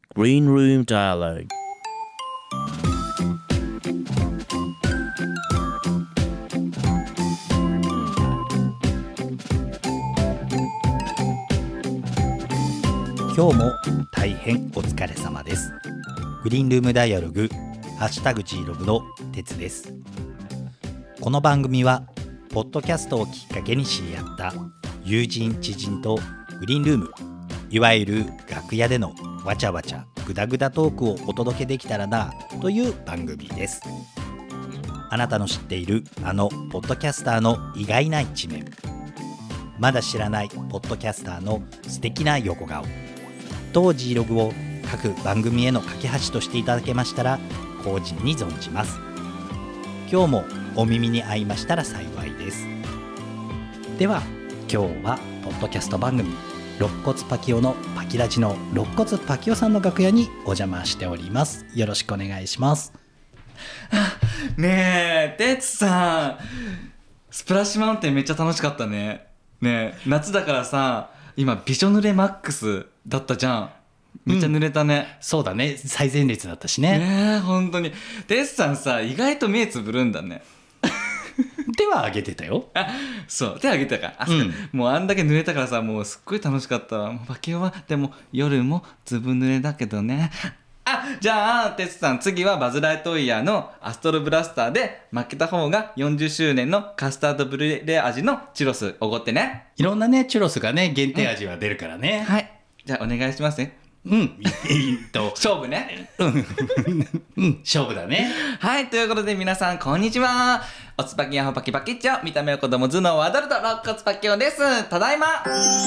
Green Room Dialogue. 今日も大変お疲れ様です。グリーンルームダイアログハッシュタグ G ログの鉄です。この番組はポッドキャストをきっかけに知り合った友人知人とグリーンルーム、いわゆる楽屋でのわちゃわちゃグダグダトークをお届けできたらなという番組です。あなたの知っているあのポッドキャスターの意外な一面、まだ知らないポッドキャスターの素敵な横顔、当 G ログを各番組への架け橋としていただけましたら後人に存じます。今日もお耳に合いましたら幸いです。では今日はポッドキャスト番組肋骨パキオのパキラジの肋骨パキオさんの楽屋にお邪魔しております。よろしくお願いします。 ねえ、てつさん、スプラッシュマウンテンめっちゃ楽しかったね。ねえ、夏だからさ、今びしょ濡れマックスだったじゃん。めっちゃ濡れたね。 そうだね、最前列だったしね。 ねえ、本当に。てつさんさ、意外と目つぶるんだね。 手は挙げてたよ。 そう、手挙げてたから。もうあんだけ濡れたからさ、もうすっごい楽しかったわ。パキオは、でも夜もずぶ濡れだけどね。じゃあ、てつさん、次はバズ・ライトイヤーのアストロブラスターで負けた方が40周年のカスタードブルーレ味のチュロスおごってね。 いろんなね、チュロスがね、限定味は出るからね。 はい。じゃあ、お願いしますね。勝負ね。 勝負だね。 はい、ということで皆さん、こんにちは。おつぱきやほパキパキッチョ、見た目は子供頭脳はアダルト、肋骨パキオです。ただいま。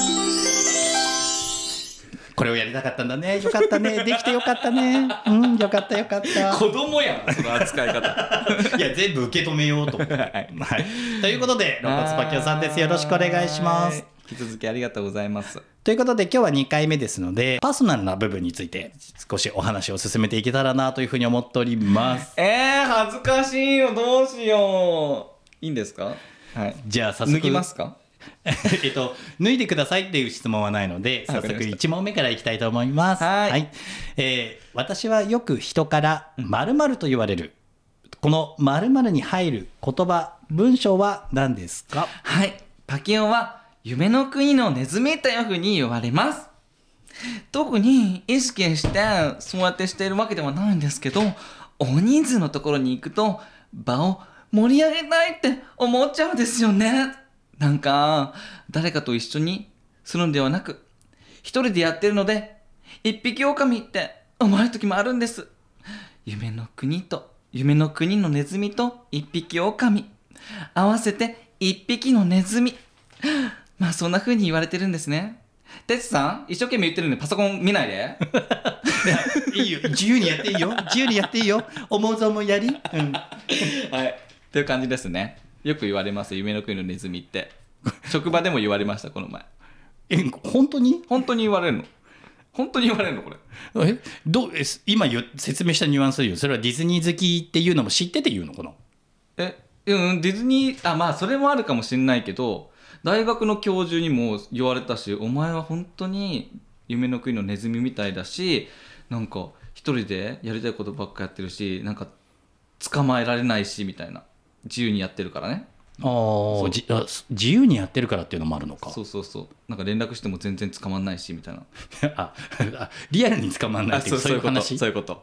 これをやりたかったんだね。よかったね。できてよかったね。よかったよかった。 子供やん、その扱い方。 いや、全部受け止めようと思って。はい。ということで、肋骨パキオさんです。よろしくお願いします。 引き続きありがとうございます。 ということで、今日は2回目ですので、パーソナルな部分について少しお話を進めていけたらなというふうに思っております。 恥ずかしいよ。どうしよう。いいんですか？はい。 じゃあ早速。 脱ぎますか？ 脱いでくださいっていう質問はないので、早速1問目からいきたいと思います。 はい。 私はよく人から〇〇と言われる。この〇〇に入る言葉、文章は何ですか？ はい。パキオは夢の国のネズミというふうに言われます。特に意識してそうやってしているわけではないんですけど、大人数のところに行くと場を盛り上げたいって思っちゃうんですよね。なんか誰かと一緒にするんではなく、一人でやってるので一匹狼って思える時もあるんです。夢の国と夢の国のネズミと一匹狼、合わせて一匹のネズミ。まあそんな風に言われてるんですね。てつさん、一生懸命言ってるんでパソコン見ないで。 いいよ、自由にやっていいよ。自由にやっていいよ。思うぞもやり。はい。 という感じですね。よく言われます、夢の国のネズミって。職場でも言われました、この前。 本当に？ 本当に言われるの？本当に言われるのこれ？ 今説明したニュアンスよ。それはディズニー好きっていうのも知ってて言うのかな？ ディズニー、まあそれもあるかもしれないけど、大学の教授にも言われたし、お前は本当に夢の国のネズミみたいだし、なんか一人でやりたいことばっかやってるし、なんか捕まえられないしみたいな。自由にやってるからね。 自由にやってるからっていうのもあるのか。 そう。なんか連絡しても全然捕まんないしみたいな。 リアルに捕まんないっていう、そういう話。 そういうこと。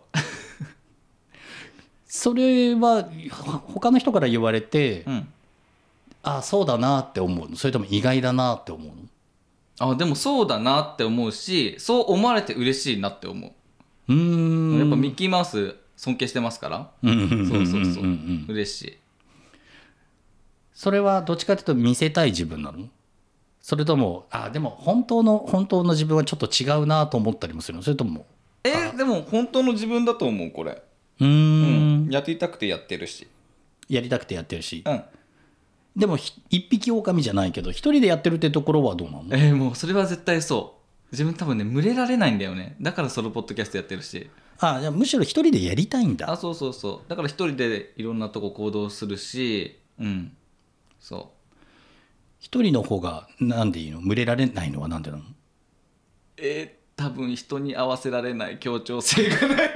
それは他の人から言われて、そうだなって思うの？それとも意外だなって思うの？ でもそうだなって思うし、そう思われて嬉しいなって思う。やっぱミッキーマウス尊敬してますから。そう嬉しい。 それはどっちかというと見せたい自分なの？それともでも本当の自分はちょっと違うなと思ったりもするの？それともでも本当の自分だと思うこれ。やりたくてやってるし。 でも一匹狼じゃないけど一人でやってるってところはどうなの？ もうそれは絶対そう。自分多分ね群れられないんだよね。だからソロポッドキャストやってるし。 じゃあむしろ一人でやりたいんだ。 そうだから一人でいろんなとこ行動するし、そう一人の方がなんでいいの？群れられないのはなんでなの？ 多多分人に合わせられない協調性がない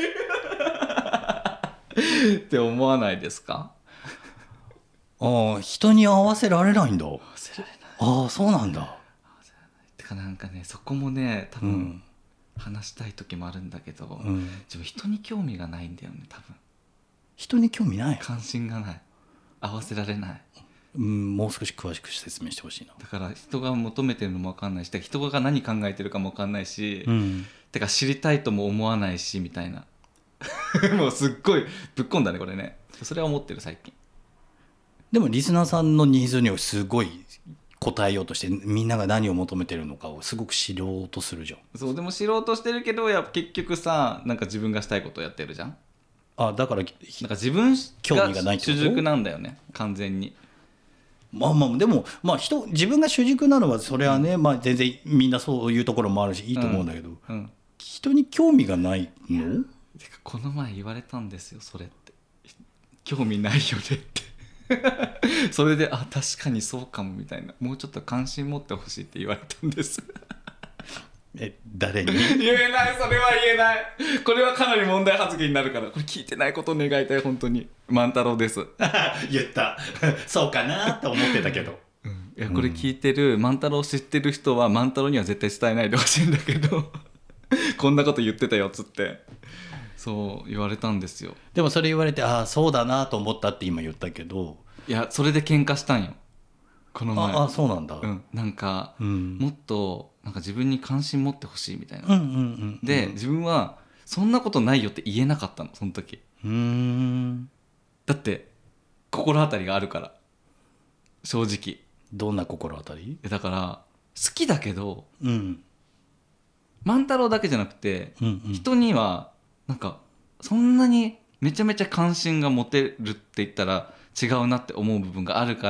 って思わないですか？ ああ、人に合わせられないんだ。 合わせられない。 ああ、そうなんだ。 てかなんかね、そこもね多分うん話したい時もあるんだけど、 うん自分人に興味がないんだよね。多分人に興味ない。 関心がない、合わせられない。 もう少し詳しく説明してほしいな。 だから人が求めてるのも分かんないし、人が何考えてるかも分かんないし、 うんてか知りたいとも思わないしみたいなもうすっごいぶっこんだねこれね。それは思ってる最近。 でもリスナーさんのニーズにはすごい答えようとして、みんなが何を求めてるのかをすごく知ろうとするじゃん。 そうでも知ろうとしてるけど、結局さ、なんか自分がしたいことをやってるじゃん。 あ、だからなんか自分興味がないってこと主軸なんだよね完全に。 まあまあでも、まあ、自分が主軸なのはそれはね、まあ、全然みんなそういうところもあるしいいと思うんだけど、 うん人に興味がないの？ てかこの前言われたんですよそれって。興味ないよねってそれで確かにそうかもみたいな、もうちょっと関心持ってほしいって言われたんです誰に？ 言えない、それは言えない。これはかなり問題発言になるから、これ聞いてないことを願いたい。本当に万太郎です言ったそうかなって思ってたけど、 いやこれ聞いてる万太郎を知ってる人は万太郎には絶対伝えないでほしいんだけどこんなこと言ってたよっつってそう言われたんですよ。 でもそれ言われて、ああそうだなと思ったって今言ったけど、 いやそれで喧嘩したんよこの前。 そうなんだ、 なんか、 うんもっとなんか自分に関心持ってほしいみたいな、 うんうんうんで自分はそんなことないよって言えなかったのその時。だって心当たりがあるから正直。 どんな心当たり？ だから好きだけどうん万太郎だけじゃなくて、 うんうん人にはなんかそんなにめちゃめちゃ関心が持てるって言ったら違うなって思う部分があるから、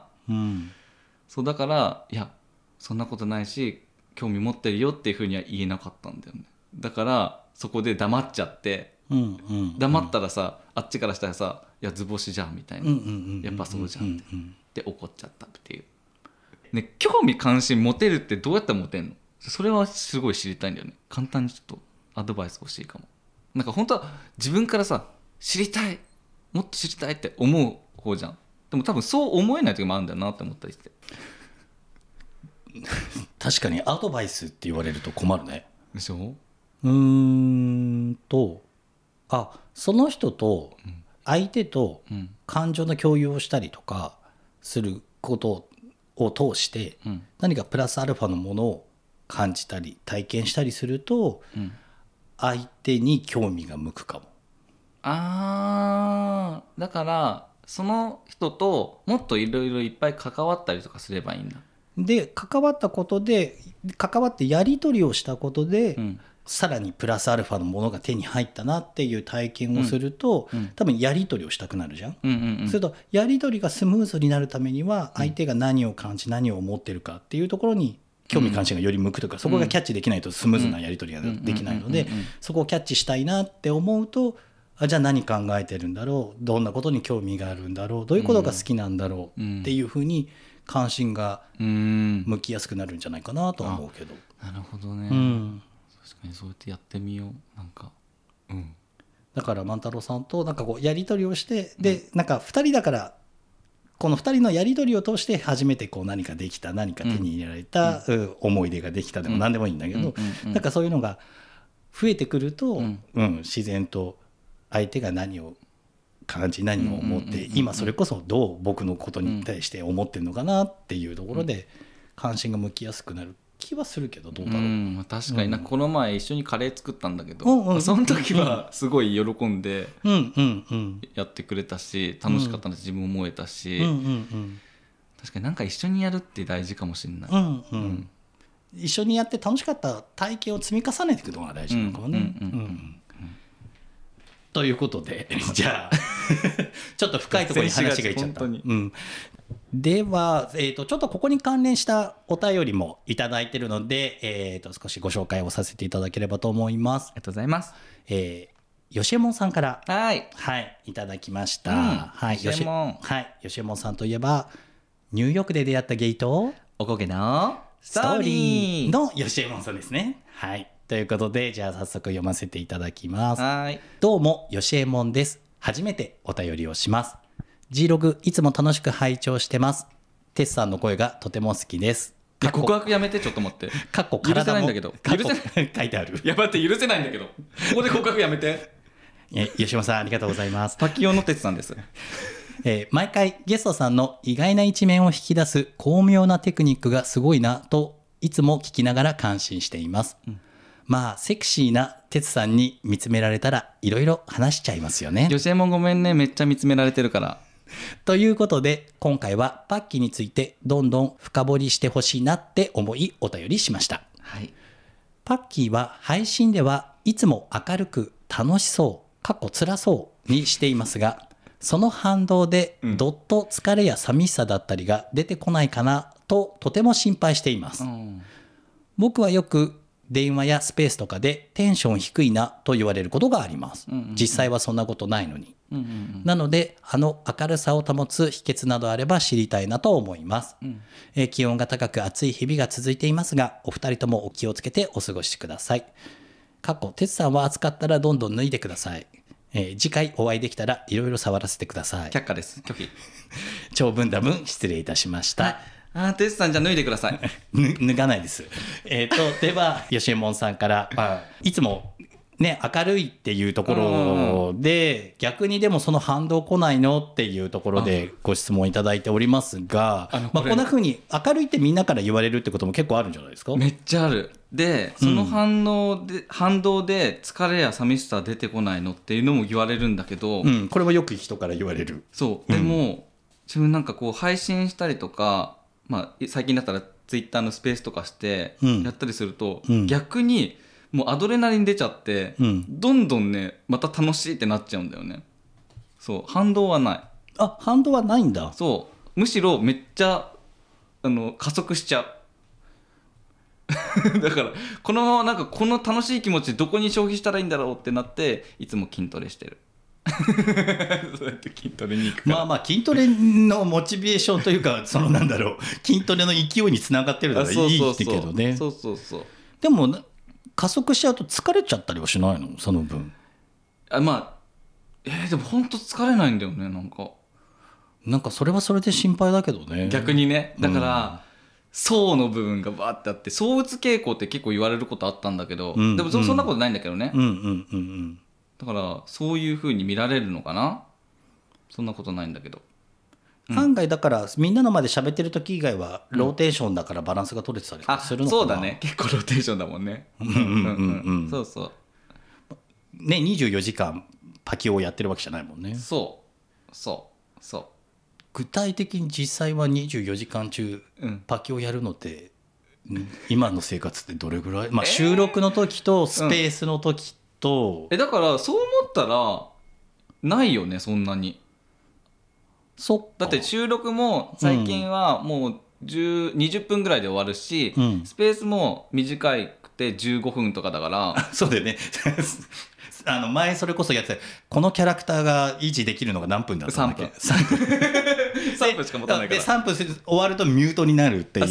うんそうだからいやそんなことないし興味持ってるよっていうふうには言えなかったんだよね。だからそこで黙っちゃって、 うんうん黙ったらさあっちからしたらさいや図星じゃんみたいな、 うんうんうんやっぱそうじゃんって、 うんうんで怒っちゃったっていうね。興味関心持てるってどうやって持てんの？それはすごい知りたいんだよね。簡単にちょっとアドバイス欲しいかも。なんか本当は自分からさ知りたいもっと知りたいって思う方じゃん。でも多分そう思えない時もあるんだよなって思ったりして。 確かにアドバイスって言われると困るね。 でしょ？ その人と相手とうん感情の共有をしたりとかすることを通してうん何かプラスアルファのものを感じたり体験したりするとうん。 相手に興味が向くかも。 だからその人ともっといろいろいっぱい関わったりとかすればいいんだ。 で関わってやり取りをしたことで、 うんさらにプラスアルファのものが手に入ったなっていう体験をすると、 うん多分やり取りをしたくなるじゃん。 うんうんうん。 それとやり取りがスムーズになるためには相手が何を感じ何を思ってるかっていうところに興味関心がより向くとか、そこがキャッチできないとスムーズなやり取りができないので、そこをキャッチしたいなって思うと、じゃあ何考えてるんだろう、どんなことに興味があるんだろう、どういうことが好きなんだろうっていうふうに関心が向きやすくなるんじゃないかなとは思うけど。 なるほどね、確かにそうやってやってみよう。なんかだから万太郎さんとなんかこうやり取りをして、でなんか2人だからこの2人のやり取りを通して初めてこう何かできた、何か手に入れられた、思い出ができたでも何でもいいんだけど、なんかそういうのが増えてくると、自然と相手が何を感じ何を思って今それこそどう僕のことに対して思ってるのかなっていうところで関心が向きやすくなる気はするけど、どうだろう。 確かになんかこの前一緒にカレー作ったんだけど、その時はすごい喜んでやってくれたし楽しかったんです、自分も思えたし、確かになんか一緒にやるって大事かもしれない。 一緒にやって楽しかった体験を積み重ねていくのが大事なのかもね。ということでじゃあちょっと深いところに話がいっちゃった。では、ちょっとここに関連したお便りもいただいているので、少しご紹介をさせていただければと思います。 ありがとうございます。 吉右衛門さんからはい、 いただきました。吉右衛門さんといえばニューヨークで出会ったゲイとおこげのストーリーの吉右衛門さんですね。はい。 ということで、じゃあ早速読ませていただきます。 はーい。 どうも、よしえもんです。初めてお便りをします。G ログいつも楽しく拝聴してます。テスさんの声がとても好きです。 告白やめて、ちょっと待って。 かっこ許せ体もないんだけど。 かっこ許せ書いてある。 いや、待って、許せないんだけど。ここで告白やめて。 吉間さん、ありがとうございます。 パキオのテツさんです。 毎回ゲストさんの意外な一面を引き出す巧妙なテクニックがすごいなといつも聞きながら感心しています。まあセクシーな哲さんに見つめられたらいろいろ話しちゃいますよね。 吉右衛門ごめんね、めっちゃ見つめられてるから。 ということで今回はパッキーについてどんどん深掘りしてほしいなって思いお便りしました。 はい。 パッキーは配信ではいつも明るく楽しそう辛そうにしていますが、その反動でどっと疲れや寂しさだったりが出てこないかなととても心配しています。僕はよく電話やスペースとかでテンション低いなと言われることがあります。実際はそんなことないのに。なので明るさを保つ秘訣などあれば知りたいなと思います。気温が高く暑い日々が続いていますが、お二人ともお気をつけてお過ごしください。哲さんは暑かったらどんどん脱いでください。次回お会いできたらいろいろ触らせてください。 却下です。拒否。 長文多文失礼いたしました。 テツさんじゃあ脱いでください。 脱がないです。では吉右衛門さんから、いつもね明るいっていうところで、逆にでもその反動来ないのっていうところでご質問いただいておりますが、こんな風に明るいってみんなから言われるってことも結構あるんじゃないですか。 めっちゃある。でその反動で疲れや寂しさ出てこないのっていうのも言われるんだけど、 これはよく人から言われる。 そうでも、自分なんかこう配信したりとか、最近だったらツイッターのスペースとかしてやったりすると、逆にもうアドレナリン出ちゃって、どんどんねまた楽しいってなっちゃうんだよね。そう反動はない。 反動はないんだ。 そうむしろめっちゃ加速しちゃう。だからこのままなんかこの楽しい気持ちどこに消費したらいいんだろうってなって、いつも筋トレしてる。そうやって筋トレに行くから。 筋トレのモチベーションというか筋トレの勢いにつながってるのがいいってけどね。 そうでも加速しちゃうと疲れちゃったりはしないの、その分。 でも本当疲れないんだよね。 なんかそれはそれで心配だけどね。 逆にね。だから、層の部分がバーってあって、躁うつ傾向って結構言われることあったんだけど、でもそんなことないんだけどね。だからそういう風に見られるのかな。そんなことないんだけど、 案外だからみんなの前で喋ってる時以外はローテーションだからバランスが取れてたりするのかな。 そうだね、結構ローテーションだもんね。そうそうね、24時間パキオをやってるわけじゃないもんね。 そう具体的に実際は24時間中パキオやるのって、今の生活ってどれぐらい、収録の時とスペースの時と、 だからそう思ったらないよね、そんなに。だって収録も最近はもう20分ぐらいで終わるし、スペースも短くて15分とかだからそうだよね。前それこそやってたこのキャラクターが維持できるのが何分だったんだっけ。 3分しか持たないから。 で3分終わるとミュートになるっていうね。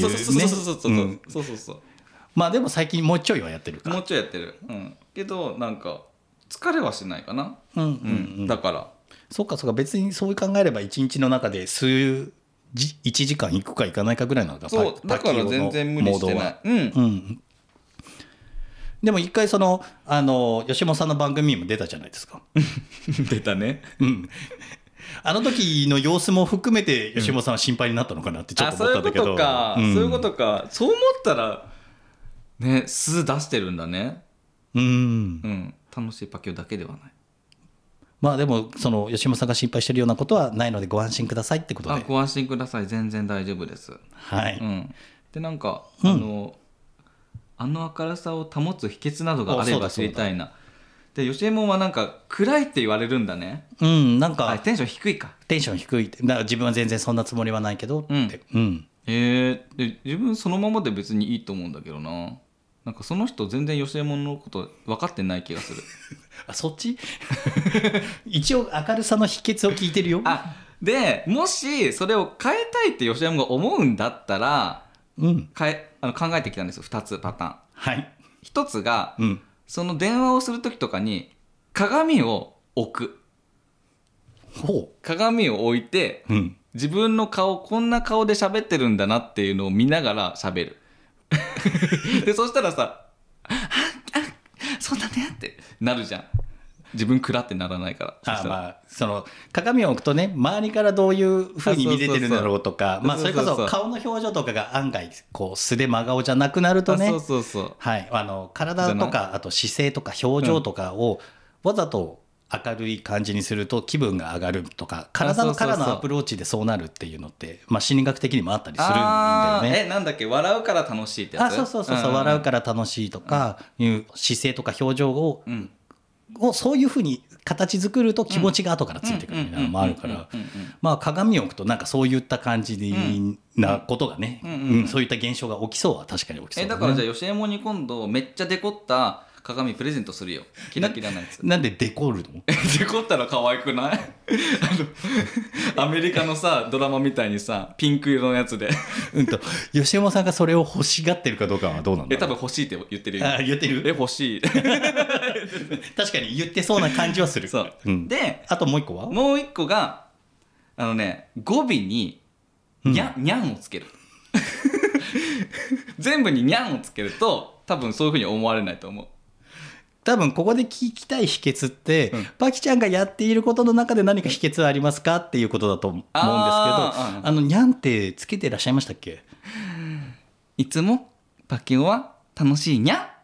そうでも最近もうちょいはやってるか。 もうちょいやってる。けどなんか疲れはしないかな。だからそうか別にそう考えれば1日の中で1時間いくかいかないかぐらいなのか。 そうだから全然無理してない。 でも一回吉本さんの番組にも出たじゃないですか。 出たね。 あの時の様子も含めて吉本さんは心配になったのかなってちょっと思ったんだけど。 そういうことか。そう思ったらね、素出してるんだね。楽しいパキオだけではない。 でも吉本さんが心配してるようなことはないのでご安心くださいってことで。 ご安心ください。全然大丈夫です。 はい。 でなんか明るさを保つ秘訣などがあれば知りたいな。で吉右衛門はなんか暗いって言われるんだね。 なんかテンション低いか。 テンション低いって。だから自分は全然そんなつもりはないけどって。 で自分そのままで別にいいと思うんだけどな。なんかその人全然吉右衛門のこと分かってない気がする。 そっち一応明るさの秘訣を聞いてるよ。 でもしそれを変えたいって吉右衛門が思うんだったら、考えてきたんですよ。2つパターン。 はい。 一つが、 うん。 その電話をする時とかに鏡を置く。 ほ鏡を置いて、 う。うん。 自分の顔、こんな顔で喋ってるんだなっていうのを見ながら喋る。でそしたらさ、そうだねってなるじゃん。自分くらってならないから。そしたらまあ、その鏡を置くとね、周りからどういう風に見れてるんだろうとか、まあそれこそうそうそうそ顔の表情とかが案外こう素で真顔じゃなくなるとね、 そうそうそう。 はい、体とかあと姿勢とか表情とかをわざと明るい感じにすると気分が上がるとか、体のからのアプローチでそうなるっていうのって、まあ心理学的にもあったりするんだよね。 なんだっけ、笑うから楽しいってやつ。 そう、笑うから楽しいとかいう姿勢とか表情を、そういうふうに形作ると気持ちが後からついてくるみたいなのもあるから、まあ鏡を置くとなんかそういった感じなことがね、そういった現象が起きそうは確かに起きそうだね。 だからじゃあ吉右衛門に今度めっちゃデコった鏡プレゼントするよ。キラキラなやつ。 なんでデコるの？ デコったら可愛くない？アメリカのさドラマみたいにさピンク色のやつで。 吉山さんがそれを欲しがってるかどうかはどうなんだろう。 多分欲しいって言ってるよ。 言ってる？ 欲しい。 確かに言ってそうな感じはする。 そう、であともう一個は？ もう一個が語尾ににゃんをつける。全部ににゃんをつけると多分そういうふうに思われないと思う。 多分ここで聞きたい秘訣って、パキちゃんがやっていることの中で何か秘訣はありますかっていうことだと思うんですけど、にゃんってつけてらっしゃいましたっけ？ いつもパキオは楽しいにゃん。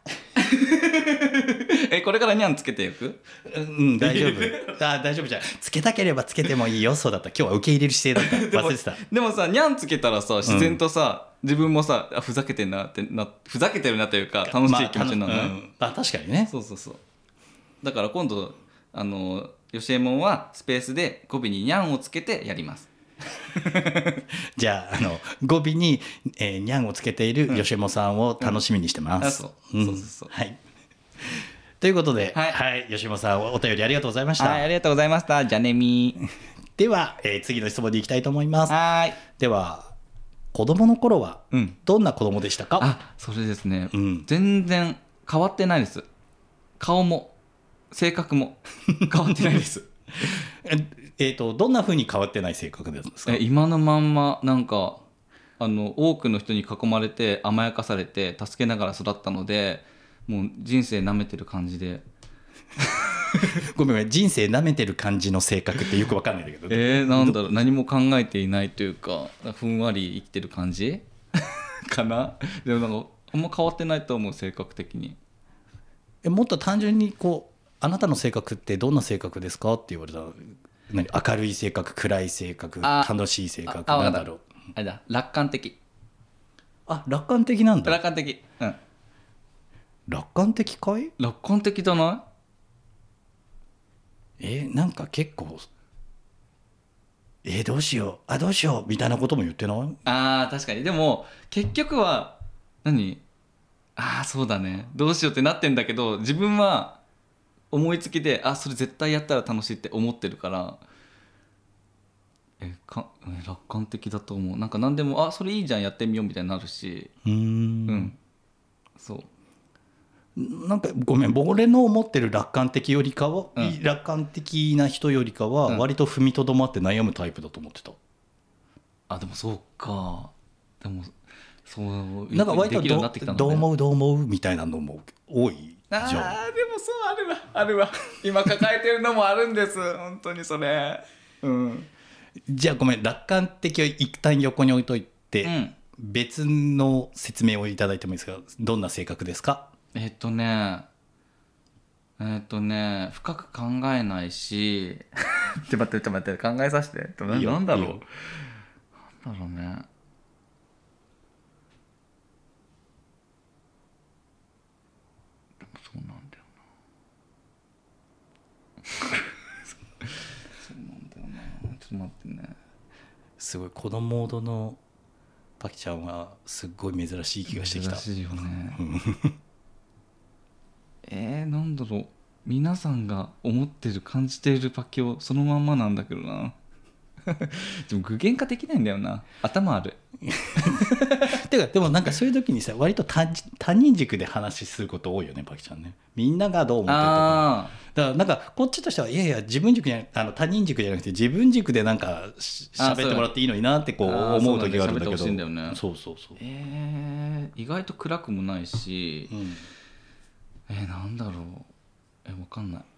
これからにゃんつけていく？ 大丈夫。大丈夫じゃん。つけたければつけてもいいよ。そうだった。今日は受け入れる姿勢だった。忘れてた。 でもさ、にゃんつけたらさ、自然とさ、自分もさ、ふざけてるなというか、楽しい気持ちになるね。 確かにね。 そう。だから今度、吉右衛門はスペースで語尾ににゃんをつけてやります。 じゃあ、語尾に、にゃんをつけている吉右衛門さんを楽しみにしてます。 そう。 はい。ということで、 はい、 吉右衛門さんお便りありがとうございました。 はい、ありがとうございました。じゃねみ。 では、次の質問でいきたいと思います。 はい。 では、子供の頃はどんな子供でしたか？ それですね、全然変わってないです。顔も性格も変わってないです。 どんな風に変わってない性格ですか？ 今のまんまなんか多くの人に囲まれて甘やかされて助けながら育ったので、もう人生舐めてる感じで。 ごめん、人生舐めてる感じの性格ってよく分かんないんだけど、 なんだろう、何も考えていないというか、ふんわり生きてる感じかな。でもなんかあんま変わってないと思う、性格的に。 もっと単純にあなたの性格ってどんな性格ですかって言われたら、明るい性格、暗い性格、楽しい性格、なんだろう。 あれだ、楽観的。 楽観的なんだ。 楽観的。 楽観的かい？ 楽観的じゃない？ なんか結構どうしようみたいなことも言ってない？ 確かに。でも結局はそうだね、どうしようってなってんだけど、自分は思いつきでそれ絶対やったら楽しいって思ってるから、楽観的だと思う。なんか何でもそれいいじゃん、やってみようみたいになるし。そう。 なんかごめん、俺の思ってる楽観的よりかは、楽観的な人よりかは割と踏みとどまって悩むタイプだと思ってた。 でもそうか。でもそうなんか割とできるようになってきたのね。 どう思うみたいなのも多いじゃん。 でもそうあるわ今抱えてるのもあるんです。本当にそれ。 じゃあごめん、楽観的を一旦横に置いといて、別の説明をいただいてもいいですか？どんな性格ですか？ 深く考えないしちょっと待って考えさせて。なんだろうね。でもそうなんだよな。ちょっと待ってね。 すごいこのモードのパキちゃんはすっごい珍しい気がしてきた。 珍しいよね。なんだろう、皆さんが思ってる感じているパキをそのまんまなんだけどな。 でも具現化できないんだよな。頭ある。 てかでもなんかそういう時にさ割と他人軸で話すること多いよねパキちゃんね。みんながどう思ってるとかあだからなんかこっちとしてはいやいや自分軸じゃ他人軸じゃなくて自分軸でなんか喋ってもらっていいのになってこう思う時があるんだけどそうなんだよ喋ってほしいんだよねそうそうそう、 意外と暗くもないし、なんだろう。わかんない。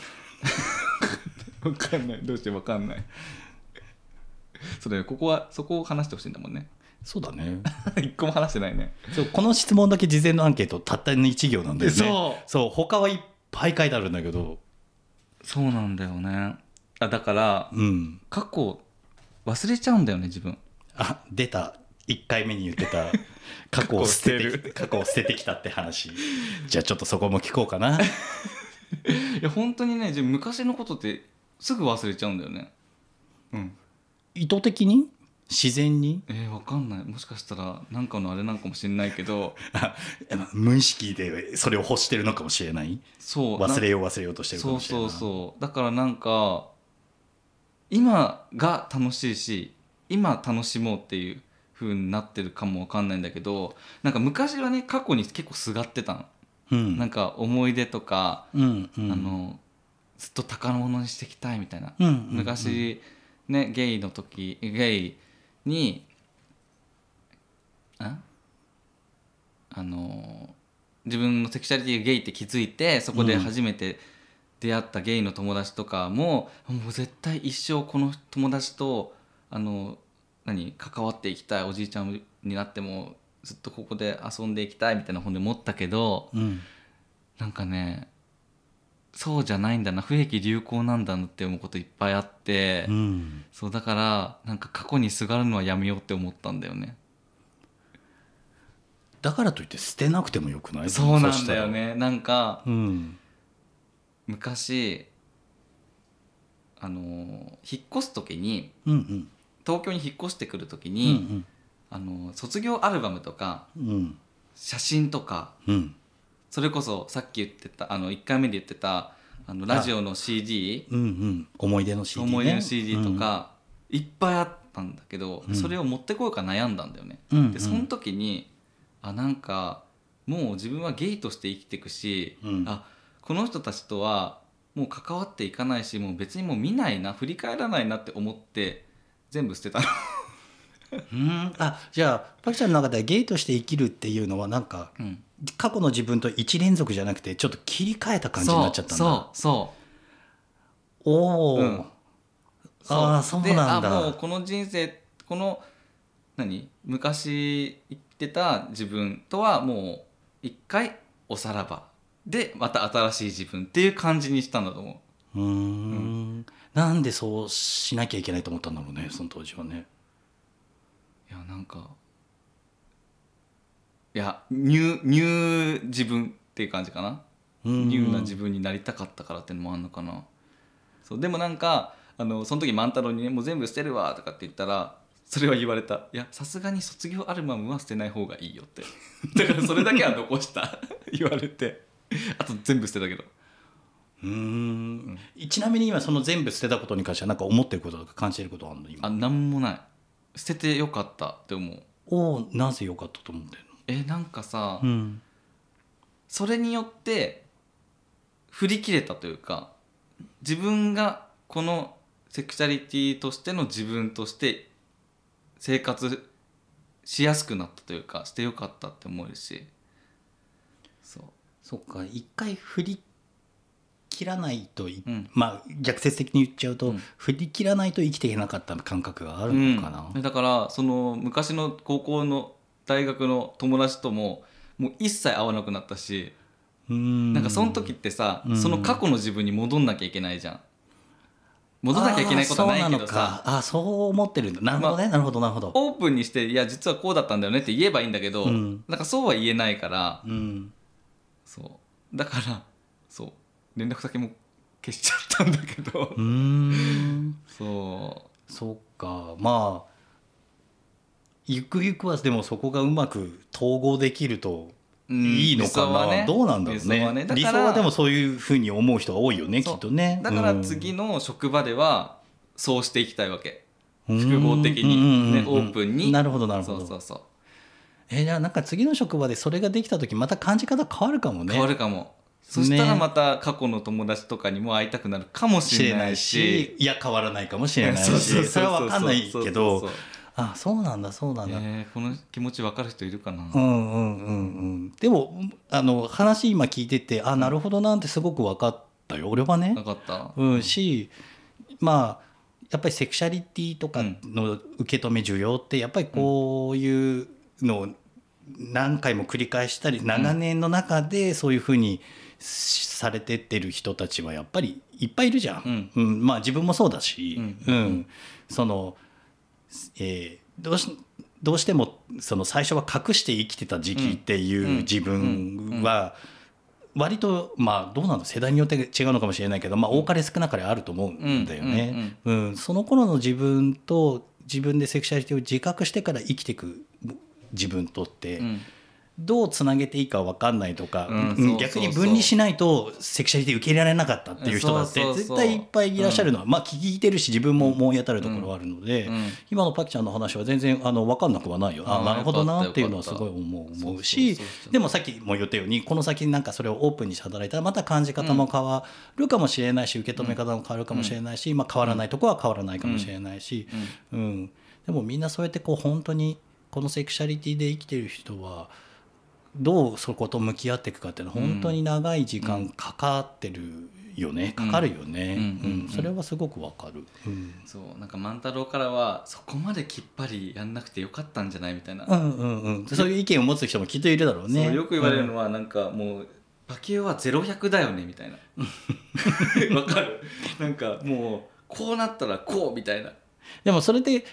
わかんない。どうしてわかんない。そうだよ、ここを話してほしいんだもんね。 そうだね一個も話してないね。 そうこの質問だけ事前のアンケートたったの1行なんだよね。そう他はいっぱい書いてあるんだけどそうなんだよね。だから、過去忘れちゃうんだよね自分。 出た1回目に言ってた過去を捨ててきたって話じゃあちょっとそこも聞こうかな。 いや本当にね、自分昔のことってすぐ忘れちゃうんだよね。 意図的に自然にわかんない。もしかしたらなんかのあれなんかもしれないけど無意識でそれを欲してるのかもしれない。 そう忘れようとしてるかもしれない。 そうだからなんか今が楽しいし今楽しもうっていう風になってるかもわかんないんだけど、なんか昔はね過去に結構すがってたの、なんか思い出とか、ずっと宝物にしていきたいみたいな、昔ねゲイに自分のセクシャリティがゲイって気づいてそこで初めて出会ったゲイの友達とかも、もう絶対一生この友達と関わっていきたい、おじいちゃんになってもずっとここで遊んでいきたいみたいな本で思ったけど、なんかねそうじゃないんだな、不益流行なんだなって思うこといっぱいあって、そうだからなんか過去にすがるのはやめようって思ったんだよね。 だからといって捨てなくてもよくない？ そうなんだよね。なんか、昔引っ越す時に、東京に引っ越してくる時に、卒業アルバムとか、写真とか、それこそさっき言ってた1回目で言ってたラジオの CD、 思い出の CD ね、 思い出の CD とか、いっぱいあったんだけど、それを持ってこようか悩んだんだよね。でその時になんかもう自分はゲイとして生きていくし、この人たちとはもう関わっていかないし、もう別にもう見ないな、振り返らないなって思って全部捨てたの。 じゃあパキちゃんの中ではゲイとして生きるっていうのはなんか、過去の自分と一連続じゃなくてちょっと切り替えた感じになっちゃったんだ。そうおお、そうなんだ。 もうこの人生昔生きてた自分とはもう一回おさらばでまた新しい自分っていう感じにしたんだと思う。 なんでそうしなきゃいけないと思ったんだろうね、その当時はね。 いやなんかニュー自分っていう感じかな。ニューな自分になりたかったからっていうのもあるのかな。そうでもなんかその時万太郎にね、もう全部捨てるわとかって言ったら、それは言われた。いやさすがに卒業アルバムは捨てない方がいいよってだからそれだけは残した言われて、あと全部捨てたけど。 ちなみに今その全部捨てたことに関しては何か思ってることとか感じてることあるの今？ なんもない。捨ててよかったって思う。 なぜよかったと思ってるの？ なんかさ、それによって振り切れたというか、自分がこのセクシャリティとしての自分として生活しやすくなったというか、してよかったって思えるし。 そっか、一回振り切らないと逆説的に言っちゃうと、振り切らないと生きていけなかった感覚があるのかな。 だからその昔の高校の大学の友達とももう一切会わなくなったし、なんかその時ってさ、その過去の自分に戻んなきゃいけないじゃん。戻んなきゃいけないことはないけどさ、 そう思ってるんだ。なるほどね、なるほどなるほど。 オープンにして、いや実はこうだったんだよねって言えばいいんだけど、なんかそうは言えないから、そうだから連絡先も消しちゃったんだけどそっか、まあゆくゆくはでもそこがうまく統合できるといいのかな、どうなんだろうね。理想はでもそういうふうに思う人が多いよね、きっとね。 だから次の職場ではそうしていきたいわけ。 複合的に、ね、オープンに。 なるほどなるほど。 そうそうそう。 じゃあなんか次の職場でそれができた時また感じ方変わるかもね。 変わるかも。そしたらまた過去の友達とかにも会いたくなるかもしれないし、 いや変わらないかもしれないそうそうそうし、それは分かんないけそうそうどそう、 あ、そうなんだそうなんだ。 この気持ち分かる人いるかな。 でも話今聞いてて、あ、なるほどなってすごく分かったよ俺はね。 分かった。 まあやっぱりセクシャリティとかの受け止め需要ってやっぱりこういうのを何回も繰り返したり長年の中でそういうふうにされてってる人たちはやっぱりいっぱいいるじゃん。まあ自分もそうだし、その、どうしてもその最初は隠して生きてた時期っていう自分は割とまあどうなの、世代によって違うのかもしれないけど、まあ多かれ少なかれあると思うんだよね。その頃の自分と自分でセクシャリティを自覚してから生きていく自分とって、どうつなげていいか分かんないとか、逆に分離しないとセクシャリティ受け入れられなかったっていう人だって絶対いっぱいいらっしゃるのは、まあ聞いてるし自分も思い当たるところはあるので、今のパキちゃんの話は全然分かんなくはないよ。あ、なるほどなっていうのはすごい思うし、でもさっきも言ったようにこの先なんかそれをオープンにして働いたらまた感じ方も変わるかもしれないし、受け止め方も変わるかもしれないし、まあ変わらないところは変わらないかもしれないし、でもみんなそうやってこう本当にこのセクシャリティで生きてる人はどうそこと向き合っていくかっていうのは本当に長い時間かかってるよね、かかるよね。それはすごくわかる。 そうなんか万太郎からはそこまできっぱりやんなくてよかったんじゃないみたいな、 そういう意見を持つ人もきっといるだろうね。 そうよく言われるのはなんかもうバケオは0100だよねみたいなわかる。なんかもうこうなったらこうみたいな。 でもそれで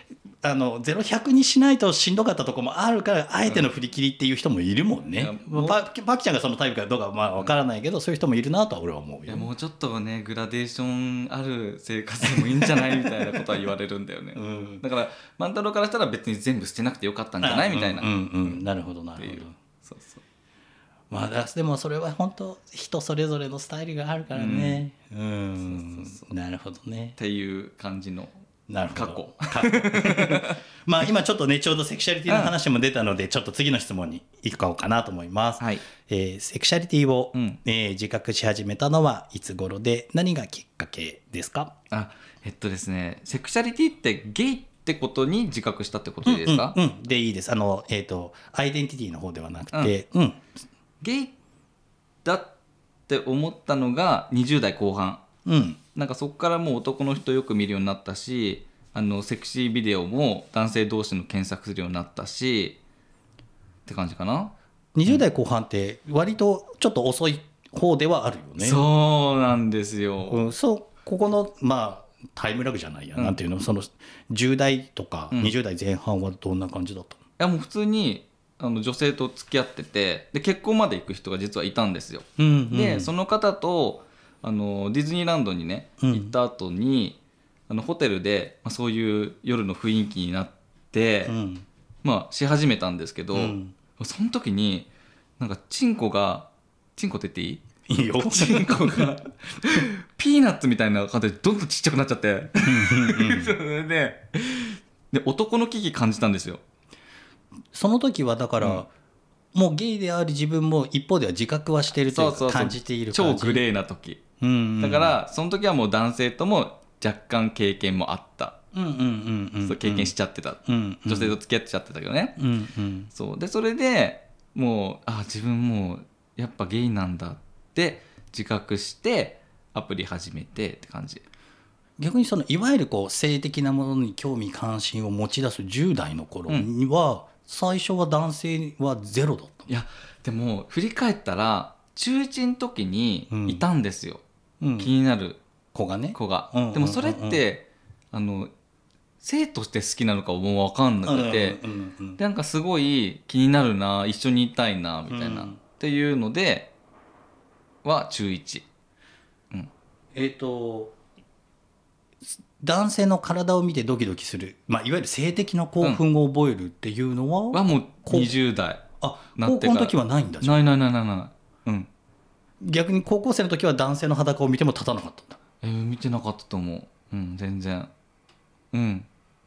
0100にしないとしんどかったところもあるからあえての振り切りっていう人もいるもんね。パキちゃんがそのタイプかどうかはまあ分からないけど、そういう人もいるなとは俺は思うよ。 いやもうちょっとねグラデーションある生活でもいいんじゃないみたいなことは言われるんだよね。だから万太郎からしたら別に全部捨てなくてよかったんじゃないみたいな。 なるほどなるほど。そうそう。まあでもそれは本当人それぞれのスタイルがあるからね。なるほどね。 っていう感じの。 なるほど。まあ今ちょっとねちょうどセクシャリティの話も出たので、ちょっと次の質問に行こうかなと思います。セクシャリティを、自覚し始めたのはいつ頃で何がきっかけですか？ ですね、セクシャリティってゲイってことに自覚したってことでいいですか？ でいいです。アイデンティティの方ではなくて、 ゲイだって思ったのが20代後半。なんかそこからもう男の人よく見るようになったし、セクシービデオも男性同士の検索するようになったしって感じかな。 20代後半って割とちょっと遅い方ではあるよね。 そうなんですよ。 ここのまあタイムラグじゃないや、なんていうの、その10代とか20代前半はどんな感じだったの？ いやもう普通に女性と付き合ってて、で結婚まで行く人が実はいたんですよ。でその方とディズニーランドにね行った後に、ホテルで、そういう夜の雰囲気になって、し始めたんですけど、その時になんかチンコって言っていい？ いいよ。 チンコがピーナッツみたいな感じでどんどんちっちゃくなっちゃってそれで男の危機感じたんですよ。 その時はだから、もうゲイである自分も一方では自覚はしているというか感じている感じ。 超グレーな時、だからその時はもう男性とも若干経験もあった、経験しちゃってた、女性と付き合っちゃってたけどね、そうでそれでもう自分もうやっぱゲイなんだって自覚してアプリ始めてって感じ。 逆にそのいわゆるこう性的なものに興味関心を持ち出す10代の頃には、最初は男性はゼロだった。 いやでも振り返ったら中1の時にいたんですよ、気になる子が。 でもそれって、性として好きなのかも分かんなくて、なんかすごい気になるな、一緒にいたいなみたいな、っていうのでは中1。 男性の体を見てドキドキする、いわゆる性的な興奮を覚えるっていうのは、 もう20代なってから。 高校の時はないんだ。 ない、 逆に高校生の時は男性の裸を見ても立たなかったんだ。 見てなかったと思う。全然。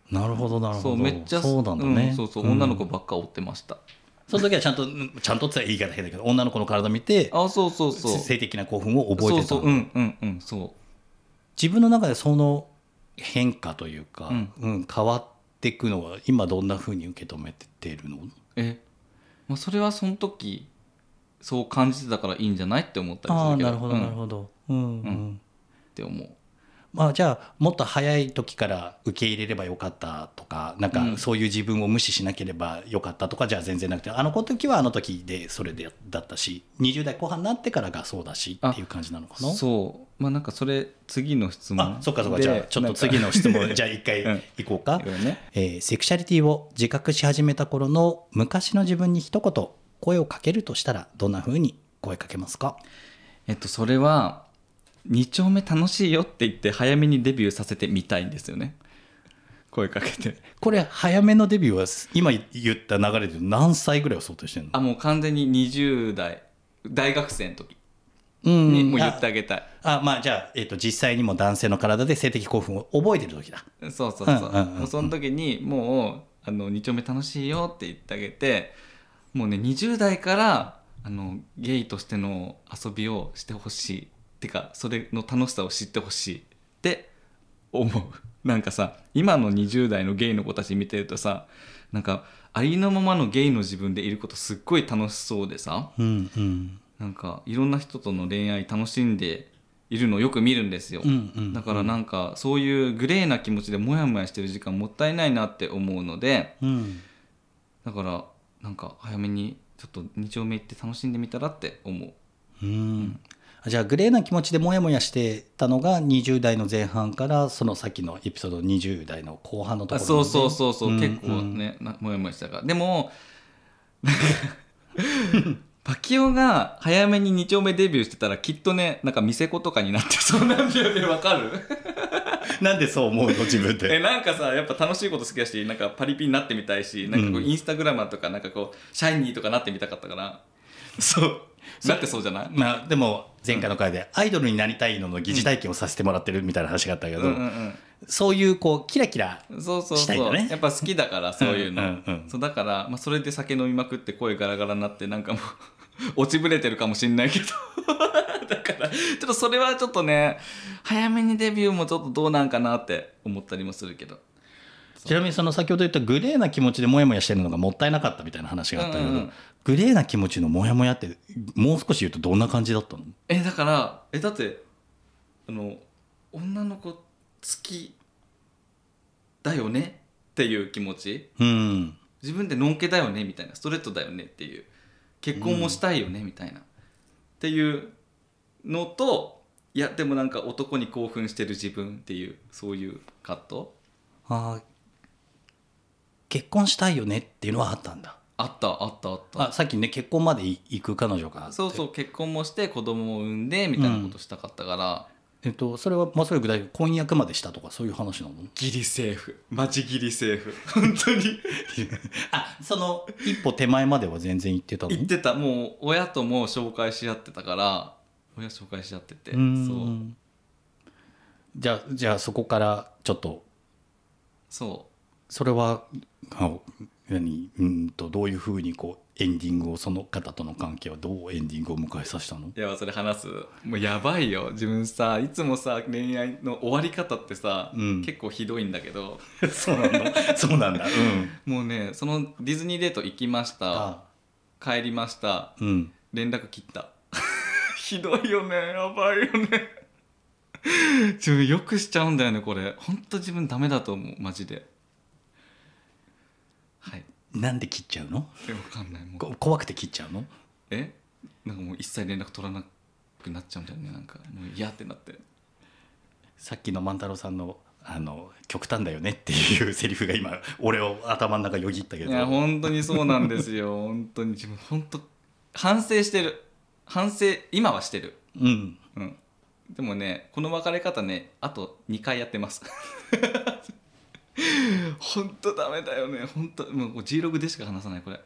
なるほどなるほど。 そうめっちゃそうなんだね。 そうそう、女の子ばっか追ってました。 その時はちゃんとって言い方変だけど、女の子の体見てあ、そうそうそう。 性的な興奮を覚えてた。 そうそう、うんうんうん、そう。 自分の中でその変化というか、 うん変わっていくのは今どんな風に受け止めてるの？ まあ、それはその時そう感じてたからいいんじゃないって思ったりするけど。 なるほどなるほど。 って思う。 まあ、じゃあもっと早い時から受け入れればよかったとか、なんかそういう自分を無視しなければよかったとかじゃあ全然なくて、あの時はあの時でそれでだったし、20代後半になってからがそうだしっていう感じなのかな。 そう、まあなんかそれ次の質問そっかそっか。じゃあちょっと次の質問じゃあ一回行こうか、セクシャリティを自覚し始めた頃の昔の自分に一言声をかけるとしたらどんな風に声かけますか？ それは2丁目楽しいよって言って早めにデビューさせてみたいんですよね。声かけて。 これ早めのデビューは今言った流れで何歳ぐらいを想定してるの？ もう完全に20代大学生の時にもう言ってあげたい。 まあじゃあ、実際にも男性の体で性的興奮を覚えてる時だ。 そうそうそう。もうその時にもう2丁目楽しいよって言ってあげて、もうね20代からゲイとしての遊びをしてほしい。てかそれの楽しさを知ってほしいって思う。なんかさ、今の20代のゲイの子たち見てるとさ、なんかありのままのゲイの自分でいることすっごい楽しそうでさ、なんかいろんな人との恋愛楽しんでいるのをよく見るんですよ。だからなんかそういうグレーな気持ちでモヤモヤしてる時間もったいないなって思うので、だからなんか早めにちょっと2丁目行って楽しんでみたらって思う。 じゃあグレーな気持ちでモヤモヤしてたのが20代の前半からそのさっきのエピソード20代の後半のところそうそうそうそう、結構ねモヤモヤしたから。でもなんかパキオが早めに2丁目デビューしてたらきっとね、なんか店子とかになってそうなんだよね。わかる？ なんでそう思うの自分で？ なんかさ、やっぱ楽しいこと好きだし、なんかパリピになってみたいし、なんかこうインスタグラマーとかなんかこうシャイニーとかなってみたかったから、そうなってそうじゃない？ まあでも前回の回でアイドルになりたいのの疑似体験をさせてもらってるみたいな話があったけど、そういうこうキラキラしたいんだね。 やっぱ好きだからそういうの。そうだから、まあ、それで酒飲みまくって声ガラガラになってなんかもう落ちぶれてるかもしんないけどだからちょっとそれはちょっとね、早めにデビューもちょっとどうなんかなって思ったりもするけど。 ちなみにその先ほど言ったグレーな気持ちでモヤモヤしてるのがもったいなかったみたいな話があったけど、グレーな気持ちのモヤモヤってもう少し言うとどんな感じだったの？ だからだって女の子好きだよねっていう気持ち、自分でのんけだよねみたいな、ストレートだよねっていう、結婚もしたいよねみたいな、っていうのと、いやでもなんか男に興奮してる自分っていう、そういう葛藤。 結婚したいよねっていうのはあったんだ。 あったさっきね、結婚まで行く彼女があって、 そう結婚もして子供も産んでみたいなことしたかったから、 それはそれ具体的に婚約までしたとかそういう話なの？ ギリセーフ、マジギリセーフ本当にその一歩手前までは全然行ってたの？ 行ってた。もう親とも紹介し合ってたから、親紹介し合ってて、そうじゃあそこからちょっとそれはどういうふうにこうエンディングを、その方との関係はどうエンディングを迎えさせたの？ いやそれ話すもうやばいよ。自分さ、いつもさ恋愛の終わり方ってさ、結構ひどいんだけどそうなんだそうなんだ、 もうね、そのディズニーデート行きました、帰りました、連絡切ったひどいよね、やばいよね自分よくしちゃうんだよねこれ。ほんと自分ダメだと思うマジで。はい。 なんで切っちゃうの？ 分かんない。もう怖くて切っちゃうの？ なんかもう一切連絡取らなくなっちゃうんだよね。なんかもう嫌ってなって。 さっきの万太郎さんの極端だよねっていうセリフが今俺を頭の中よぎったけど。 いや本当にそうなんですよ本当に自分本当反省してる。今はしてる。でもね、この別れ方ね、あと2回やってますほんとダメだよね。ほんともう G ログでしか話さないこれ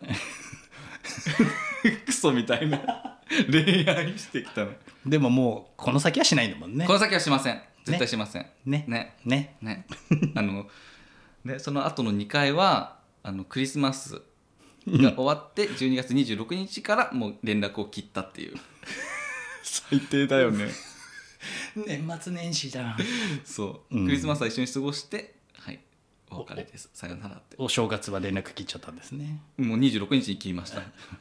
クソみたいな恋愛してきたの。 でももうこの先はしないんだもんね。 この先はしません。絶対しません。 ねでその後の2回はクリスマスが終わって12月26日からもう連絡を切ったっていう最低だよね年末年始じゃん。 そう、クリスマスは一緒に過ごしてはいお別れですさよならって。 お正月は連絡切っちゃったんですね。 もう26日に切りました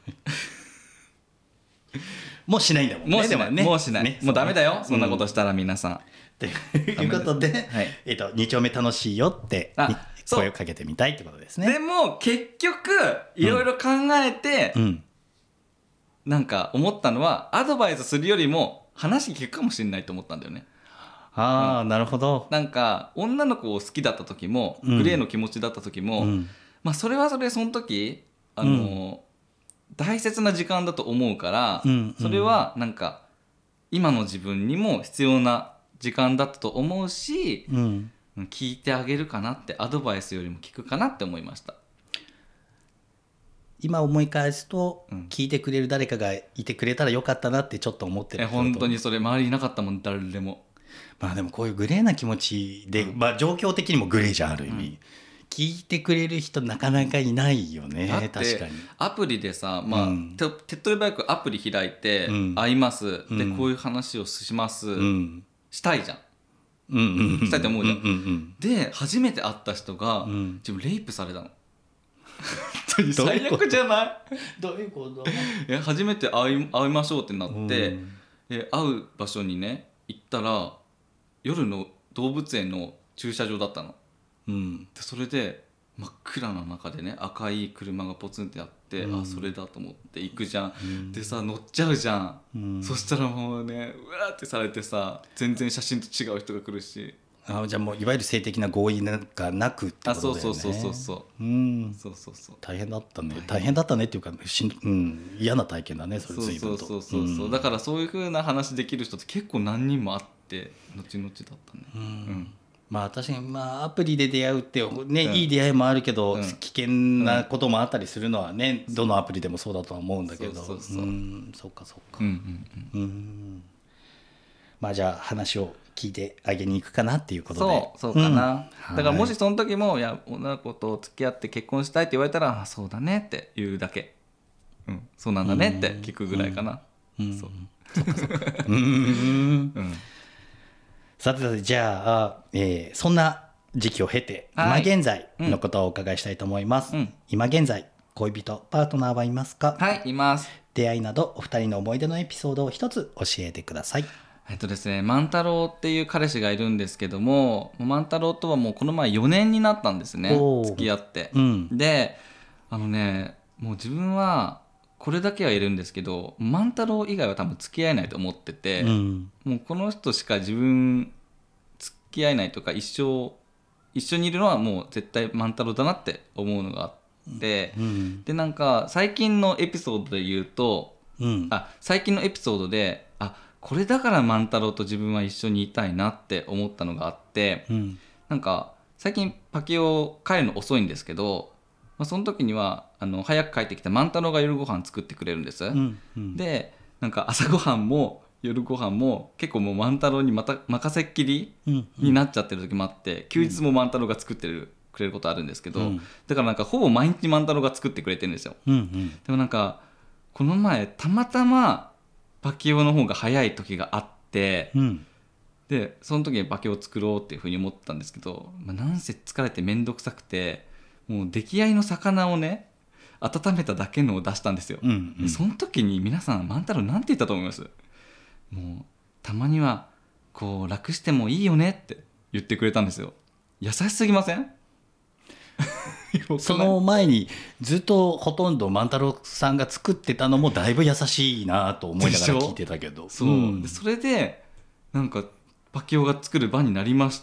もうしないんだもんね。 もうしない、 でね、 もうしない、 ね、 もうダメだよ、 ねそんなことしたら皆さん。 ということで、 はい 2丁目楽しいよってそう声をかけてみたいってことですね。 でも結局いろいろ考えて、なんか思ったのはアドバイスするよりも話聞くかもしれないと思ったんだよね。 ああ、なるほど。 なんか女の子を好きだった時も、グレーの気持ちだった時も、まあそれはそれその時大切な時間だと思うから、それはなんか今の自分にも必要な時間だったと思うし、聞いてあげるかなって、アドバイスよりも聞くかなって思いました。 今思い返すと、聞いてくれる誰かがいてくれたらよかったなってちょっと思ってる。 本当にそれ周りいなかったもん誰でも。 まあでもこういうグレーな気持ちで、まあ状況的にもグレーじゃんある意味、聞いてくれる人なかなかいないよね。 だって確かにアプリでさ、まあ手っ取り早くアプリ開いて、会います、でこういう話をします、したいじゃん、したいと思うじゃん、で初めて会った人が、自分レイプされたの最悪じゃない？ どういうこと？ 初めて会いましょうってなって、会う場所にね行ったら夜の動物園の駐車場だったの、でそれで真っ暗な中でね赤い車がポツンってあって、あそれだと思って行くじゃん、でさ乗っちゃうじゃん、そしたらもうねうわーってされてさ、全然写真と違う人が来るし、 じゃあもういわゆる性的な合意なんかなくってことだよね。 そう大変だったね。大変だったねっていうか、嫌な体験だね。それ随分と。 そうだからそういう風な話できる人って結構何人もあって後々だったね。 まあ確かに、まあアプリで出会うってね、いい出会いもあるけど、危険なこともあったりするのはね、どのアプリでもそうだとは思うんだけど、そうか。まあじゃあ話を聞いてあげに行くかなっていうことで。 そうかな、だからもしその時も、いや女の子と付き合って結婚したいって言われたら、あそうだねって言うだけ、そうなんだねって聞くぐらいかな。 さてじゃあ、そんな時期を経て、今現在のことをお伺いしたいと思います。今現在恋人パートナーはいますか？ はい、います。 出会いなどお二人の思い出のエピソードを一つ教えてください。 ですね、万太郎っていう彼氏がいるんですけども、万太郎とはもうこの前4年になったんですね、付き合って、でもう自分はこれだけは言えるんですけど、万太郎以外は多分付き合えないと思ってて、もうこの人しか自分付き合えないとか、一緒にいるのはもう絶対万太郎だなって思うのがあって、でなんか最近のエピソードで言うと、最近のエピソードでこれだから万太郎と自分は一緒にいたいなって思ったのがあって、なんか最近パキオ帰るの遅いんですけど、その時には早く帰ってきた万太郎が夜ご飯作ってくれるんです、でなんか朝ごはんも夜ご飯も結構もう万太郎にまた任せっきりになっちゃってる時もあって、休日も万太郎が作ってくれることあるんですけど、だからなんかほぼ毎日万太郎が作ってくれてるんですよ、でもなんかこの前たまたまパキオの方が早い時があって、でその時にパキオを作ろうっていうふうに思ったんですけど、なんせ疲れて面倒くさくて、もう出来合いの魚をね温めただけのを出したんですよ、でその時に皆さん万太郎なんて言ったと思います？もうたまにはこう楽してもいいよねって言ってくれたんですよ。優しすぎません？ その前にずっとほとんど万太郎さんが作ってたのもだいぶ優しいなと思いながら聞いてたけど、 それでなんかパキオが作る場になりました。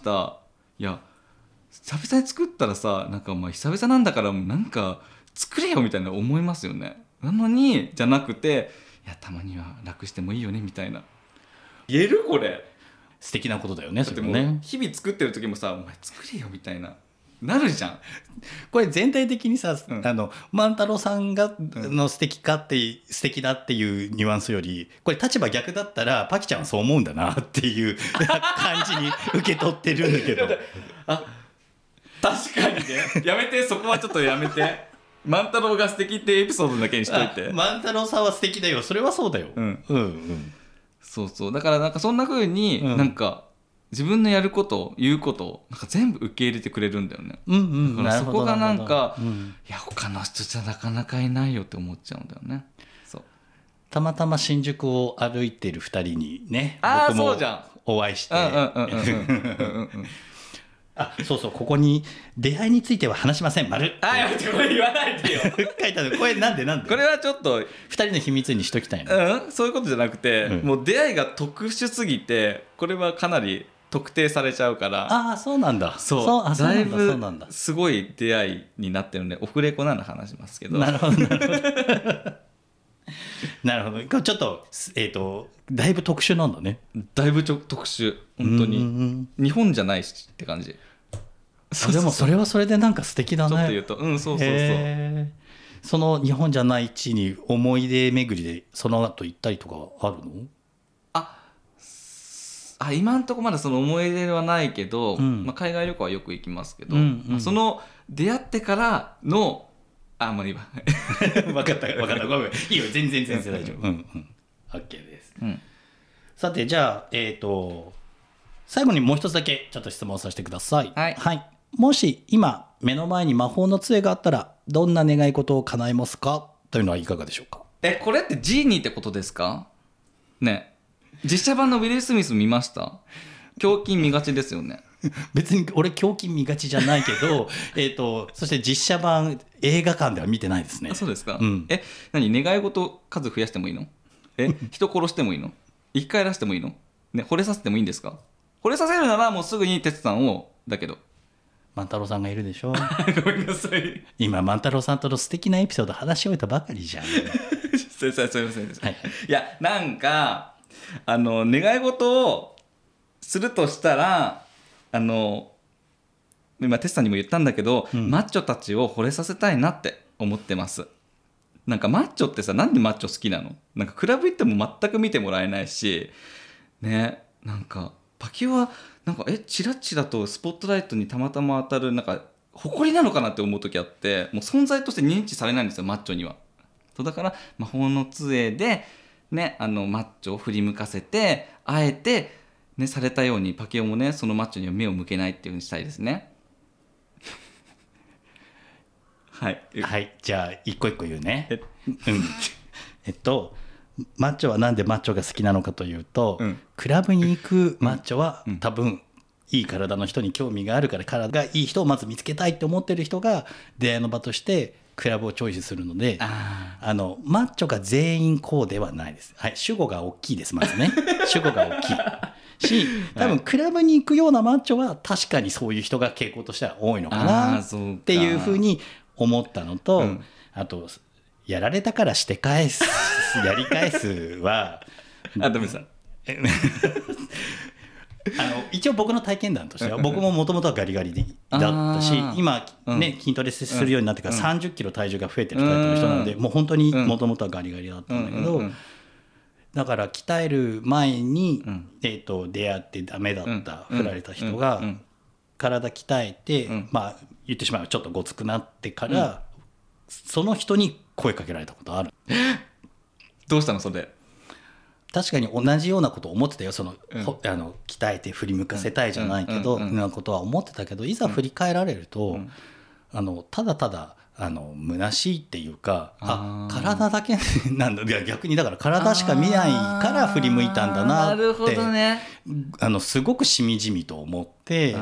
いや久々に作ったらさ、なんか久々なんだからなんか作れよみたいな思いますよね。なのにじゃなくて、いやたまには楽してもいいよねみたいな、言える？これ素敵なことだよね。それもね、日々作ってる時もさ、お前作れよみたいななるじゃん。 これ全体的にさ、万太郎さんが素敵だっていうニュアンスより、これ立場逆だったらパキちゃんはそう思うんだなっていう感じに受け取ってるんだけど確かにね。やめて、そこはちょっとやめて。万太郎が素敵ってエピソードだけにしといて。 万太郎さんは素敵だよ。それはそうだよ。 うんうんうんそうそう。だからなんかそんな風に、 うんなんか自分のやること言うことをなんか全部受け入れてくれるんだよね。 うんうんだからそこがなんか、 るほどうんいや他の人じゃなかなかいないよって思っちゃうんだよね。そう。 たまたま新宿を歩いてる2人にね、 あー僕もそうじゃんお会いして、 うんうんうんうんうんうんうん。 あ、そうそう、ここに出会いについては話しません、丸。 あ、やめて、これ言わないでよ。 書いたの、これなんでこれはちょっと、 2人の秘密にしときたいの。 そういうことじゃなくて、 うんもう出会いが特殊すぎて、これはかなり特定されちゃうから。 ああ、そうなんだ。 そうあ、そうだないんだ、そうぶなんだ。 すごい出会いになってるのでオフレコなら話しますけど。 なるほど、なるほど。なるほど。これちょっと、だいぶ特殊なんだね。 だいぶ特殊本当うんうにん日本じゃないしって感じ。 あでもそれはそれでなんか素敵だね。 ちょっと言うとそうそうそう。 へーその日本じゃない地に思い出巡りでその後行ったりとかあるの？ 今んとこまだその思い出はないけど、 うんまあ、海外旅行はよく行きますけど、 うんうんまあその出会ってからのもういいわ、 分かった分かったごめんいいよ全然大丈夫うんうん OK です。 うん、 さてじゃあ最後にもう一つだけちょっと質問させてください。 はいもし今目の前に魔法の杖があったらどんな願い事を叶えますかというのはいかがでしょうか？ これってジーニーってことですかね？実写版のウィル・スミス見ました？胸筋見がちですよね。 別に俺胸筋見がちじゃないけどそして実写版映画館では見てないですね。 そうですか、 うん何願い事数増やしてもいいの？人殺してもいいの？生き返らせてもいいの？ね、惚れさせてもいいんですか？惚れさせるならもうすぐに哲さんをだけど万太郎さんがいるでしょごめんなさい。 今万太郎さんとの素敵なエピソード話し終えたばかりじゃん。 すいません。 はいいやなんか願い事をするとしたら今テスさんにも言ったんだけど、 うんマッチョたちを惚れさせたいなって思ってます。なんかマッチョってさ、なんでマッチョ好きなの？なんかクラブ行っても全く見てもらえないしね。なんかパキオはなんかチラチラとスポットライトにたまたま当たるなんか誇りなのかなって思う時あって、もう存在として認知されないんですよマッチョには。そうだから魔法の杖でね、マッチョを振り向かせてあえて、ね、されたようにパケオもねそのマッチョには目を向けないっていうふうにしたいですね。はいはいじゃあ一個一個言うね。 えうんマッチョはなんでマッチョが好きなのかというと、 うんクラブに行くマッチョは、 うん多分いい体の人に興味があるから体がいい人をまず見つけたいって思ってる人が出会いの場としてクラブをチョイスするのでマッチョが全員こうではないです。はい、主語が大きいですまずね主語が大きいし多分クラブに行くようなマッチョは確かにそういう人が傾向としては多いのかなっていうふうに思ったのと、 うんあとやられたからして返すやり返すはダメさん一応僕の体験談としては僕ももともとはガリガリだったし今ね筋トレするようになってから30キロ体重が増えてるタイプの人なのでもう本当にもともとはガリガリだったんだけどだから鍛える前に出会ってダメだった振られた人が体鍛えてまあ言ってしまえばちょっとごつくなってからその人に声かけられたことある。 どうしたのそれ？ 確かに同じようなことを思ってたよ鍛えて振り向かせたいじゃないけどなことは思ってたけどいざ振り返られるとただただ虚しいっていうか体だけなんだいや逆にだから体しか見ないから振り向いたんだなってなるほどねすごくしみじみと思って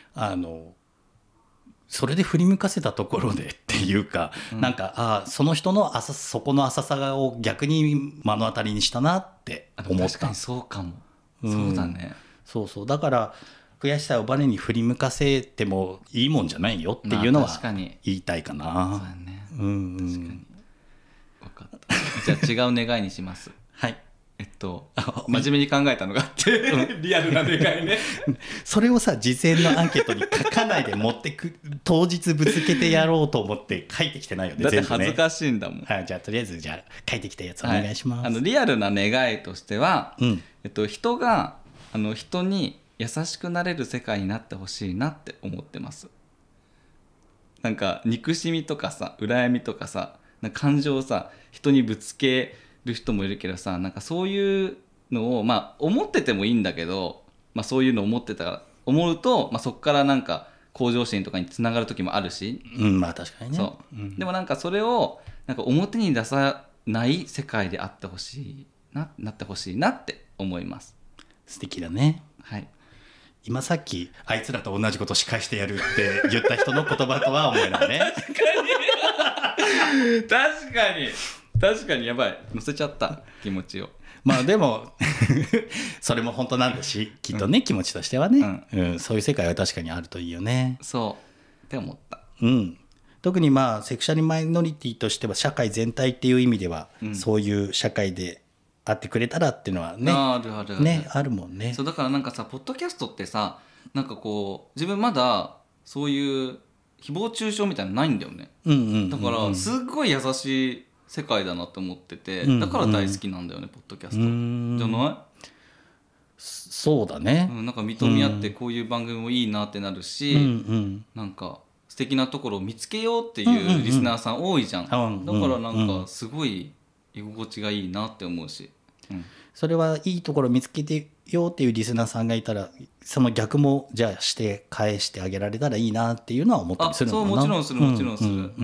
それで振り向かせたところでっていうかなんかその人のそこの浅さを逆に目の当たりにしたなって思った。 確かにそうかも、そうだねそうだから悔しさをバネに振り向かせてもいいもんじゃないよっていうのは言いたいかな。 そうだね確かに分かったじゃあ違う願いにしますはい真面目に考えたのがあってリアルな願いねそれをさ事前のアンケートに書かないで持ってく当日ぶつけてやろうと思って書いてきてないよねだって全部ね恥ずかしいんだもん、 はい、じゃあとりあえずじゃあ書いてきたやつお願いします、 リアルな願いとしては、 うん人が人に優しくなれる世界になってほしいなって思ってます。 なんか憎しみとかさ羨みとかさなんか感情をさ人にぶつける人もいるけどさ、なんかそういうのをまあ思っててもいいんだけど、まあ、そういうのを思うと、まあ、そこからなんか向上心とかにつながる時もあるし、 まあ確かにね。 そう、でもなんかそれをなんか表に出さない世界であってほしいなってほしいなって思います。 素敵だね。 はい。 今さっきあいつらと同じこと仕返してやるって言った人の言葉とは思えないね。 確かにやばい、乗せちゃった気持ちを。 まあでもそれも本当なんだし、きっとね、気持ちとしてはね、そういう世界は確かにあるといいよね。 そうって思った。 特にまあセクシャルマイノリティとしては社会全体っていう意味では、そういう社会であってくれたらっていうのはね、あるもんね。 そうだからなんかさ、ポッドキャストってさ、なんかこう自分まだそういう誹謗中傷みたいなのないんだよね。だからすっごい優しい世界だなって思ってて、だから大好きなんだよね、ポッドキャストじゃない？ そうだね、 なんか認め合ってこういう番組もいいなってなるし、なんか素敵なところを見つけようっていうリスナーさん多いじゃん。だからなんかすごい居心地がいいなって思うし、 それはいいところ見つけてよっていうリスナーさんがいたら、その逆もじゃあして返してあげられたらいいなっていうのは思ったりするのかな。 そう、もちろんするもちろんする。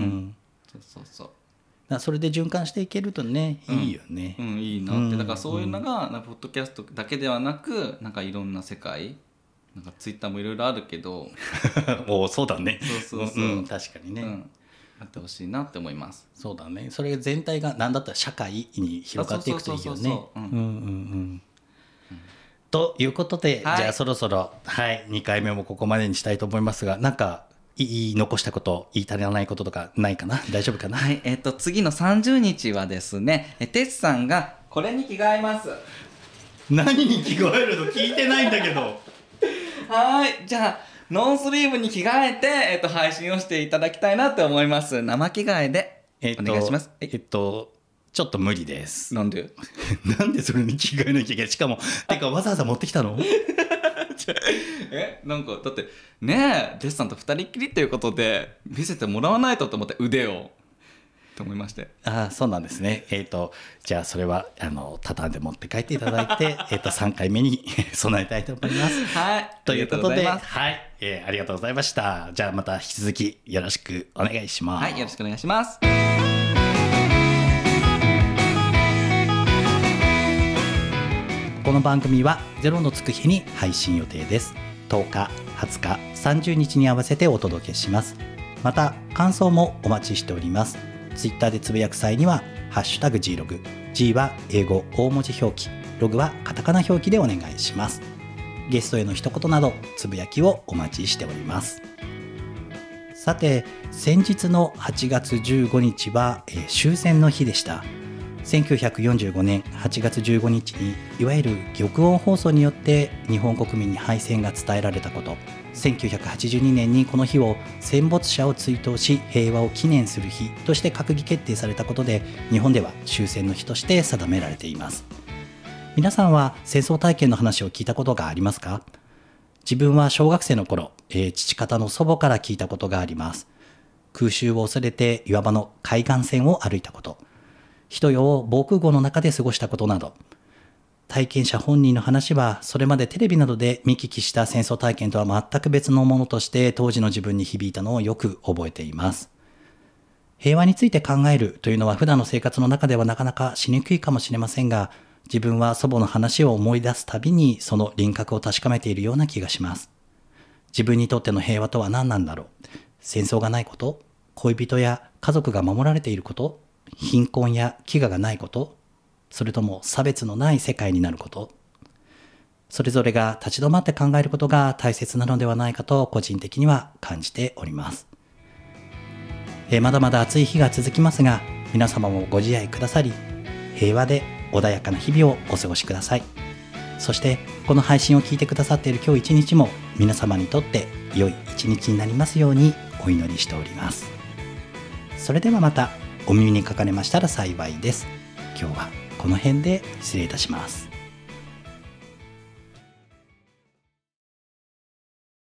それで循環していけるとね、いいよね。 いいなって。だからそういうのがポッドキャストだけではなく、なんかいろんな世界、なんかツイッターもいろいろあるけどそうだね。 そう確かにね、 やってほしいなって思います。 そうだね。それ全体が何だったら社会に広がっていくといいよね。ということで、じゃあそろそろ2回目もここまでにしたいと思いますが、なんか言い残したこと、言い足りないこととかないかな？大丈夫かな？ はい、次の30日はですね、てつさんがこれに着替えます。 何に着替えるの？聞いてないんだけど。 はい、じゃあノンスリーブに着替えて、配信をしていただきたいなって思います。生着替えでお願いします。 ちょっと無理です。 なんで？ なんでそれに着替えなきゃいけない？しかもてかわざわざ持ってきたの？ なんかだってねえ、デッサンと二人っきりっていうことで見せてもらわないとと思って、腕をと思いまして。 そうなんですね。じゃあそれは畳んで持って帰っていただいて3回目に備えたいと思います。 はい、 ということで、ありがとうございました。じゃあまた引き続きよろしくお願いします。 はい、よろしくお願いします。 この番組は0のつく日に配信予定です。10日、20日、30日に合わせてお届けします。また感想もお待ちしております。ツイッターでつぶやく際にはハッシュタグ G ログ、 G は英語大文字表記、ログはカタカナ表記でお願いします。ゲストへの一言などつぶやきをお待ちしております。さて、先日の8月15日は、終戦の日でした。1945年8月15日にいわゆる玉音放送によって日本国民に敗戦が伝えられたこと、1982年にこの日を戦没者を追悼し平和を記念する日として閣議決定されたことで、日本では終戦の日として定められています。皆さんは戦争体験の話を聞いたことがありますか？自分は小学生の頃、父方の祖母から聞いたことがあります。空襲を恐れて岩場の海岸線を歩いたこと、一夜を防空壕の中で過ごしたことなど、体験者本人の話はそれまでテレビなどで見聞きした戦争体験とは全く別のものとして当時の自分に響いたのをよく覚えています。平和について考えるというのは普段の生活の中ではなかなかしにくいかもしれませんが、自分は祖母の話を思い出すたびにその輪郭を確かめているような気がします。自分にとっての平和とは何なんだろう。戦争がないこと、恋人や家族が守られていること、貧困や飢餓がないこと、それとも差別のない世界になること、それぞれが立ち止まって考えることが大切なのではないかと個人的には感じております。まだまだ暑い日が続きますが、皆様もご自愛くださり、平和で穏やかな日々をお過ごしください。そしてこの配信を聞いてくださっている今日一日も皆様にとって良い一日になりますようにお祈りしております。それではまたお耳にかかれましたら幸いです。今日はこの辺で失礼いたします。